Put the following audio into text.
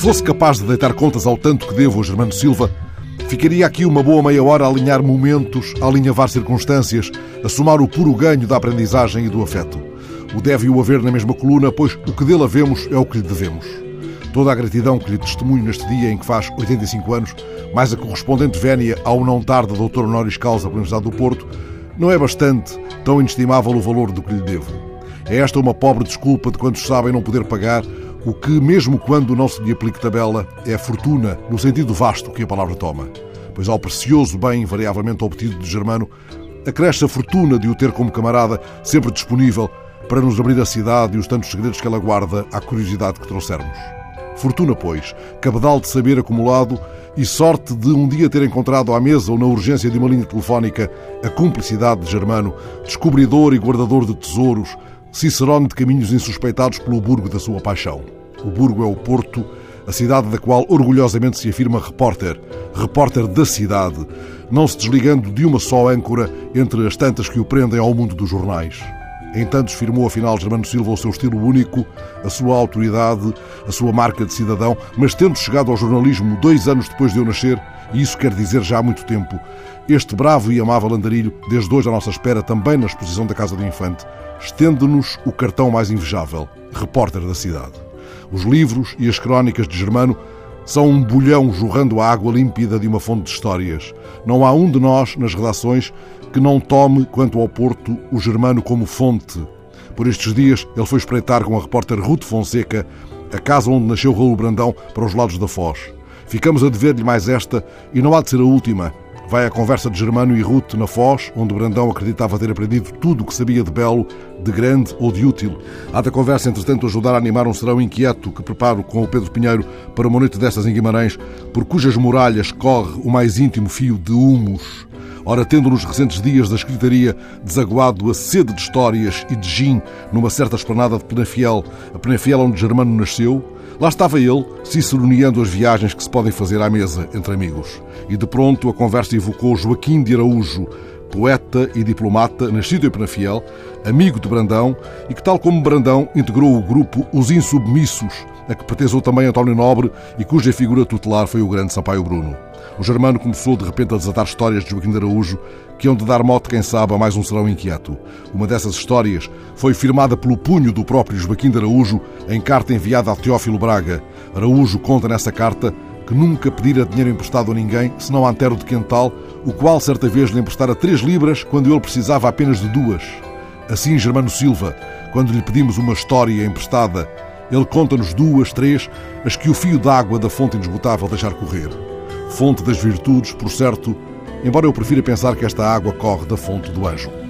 fosse capaz de deitar contas ao tanto que devo a Germano Silva, ficaria aqui uma boa meia hora a alinhar momentos, a alinhavar circunstâncias, a somar o puro ganho da aprendizagem e do afeto. O deve e o haver na mesma coluna, pois o que dele havemos é o que lhe devemos. Toda a gratidão que lhe testemunho neste dia em que faz 85 anos, mais a correspondente vénia ao não tarde doutor honoris causa pela Universidade do Porto, não é bastante tão inestimável o valor do que lhe devo. É esta uma pobre desculpa de quantos sabem não poder pagar o que, mesmo quando não se lhe aplique tabela, é fortuna no sentido vasto que a palavra toma. Pois ao precioso bem invariavelmente obtido de Germano, acresce a fortuna de o ter como camarada sempre disponível para nos abrir a cidade e os tantos segredos que ela guarda à curiosidade que trouxermos. Fortuna, pois, cabedal de saber acumulado e sorte de um dia ter encontrado à mesa ou na urgência de uma linha telefónica a cumplicidade de Germano, descobridor e guardador de tesouros, cicerone de caminhos insuspeitados pelo burgo da sua paixão. O burgo é o Porto, a cidade da qual orgulhosamente se afirma repórter da cidade, não se desligando de uma só âncora entre as tantas que o prendem ao mundo dos jornais. Em tantos firmou afinal Germano Silva o seu estilo único, a sua autoridade, a sua marca de cidadão, mas tendo chegado ao jornalismo 2 anos depois de eu nascer, e isso quer dizer já há muito tempo, este bravo e amável andarilho, desde hoje à nossa espera também na exposição da Casa do Infante, estende-nos o cartão mais invejável, repórter da cidade. Os livros e as crónicas de Germano são um bolhão jorrando a água límpida de uma fonte de histórias. Não há um de nós, nas redações, que não tome, quanto ao Porto, o Germano como fonte. Por estes dias, ele foi espreitar com a repórter Ruth Fonseca a casa onde nasceu Raul Brandão para os lados da Foz. Ficamos a dever-lhe mais esta, e não há de ser a última. Vai a conversa de Germano e Ruth na Foz, onde Brandão acreditava ter aprendido tudo o que sabia de belo, de grande ou de útil. Há da conversa, entretanto, ajudar a animar um serão inquieto que preparo com o Pedro Pinheiro para uma noite destas em Guimarães, por cujas muralhas corre o mais íntimo fio de humus. Ora, tendo nos recentes dias da escritaria desaguado a sede de histórias e de gin numa certa esplanada de Penafiel, a Penafiel onde Germano nasceu, lá estava ele, ciceroneando as viagens que se podem fazer à mesa entre amigos. E de pronto a conversa evocou Joaquim de Araújo, poeta e diplomata, nascido em Penafiel, amigo de Brandão e que, tal como Brandão, integrou o grupo Os Insubmissos, a que pertenceu também António Nobre e cuja figura tutelar foi o grande Sampaio Bruno. O Germano começou de repente a desatar histórias de Joaquim de Araújo que hão de dar mote, quem sabe, a mais um serão inquieto. Uma dessas histórias foi firmada pelo punho do próprio Joaquim de Araújo em carta enviada a Teófilo Braga. Araújo conta nessa carta que nunca pedira dinheiro emprestado a ninguém, senão a Antero de Quental, o qual certa vez lhe emprestara 3 libras quando ele precisava apenas de 2. Assim, Germano Silva, quando lhe pedimos uma história emprestada, ele conta-nos 2, 3, as que o fio d'água da fonte inesgotável deixar correr. Fonte das virtudes, por certo, embora eu prefira pensar que esta água corre da fonte do anjo.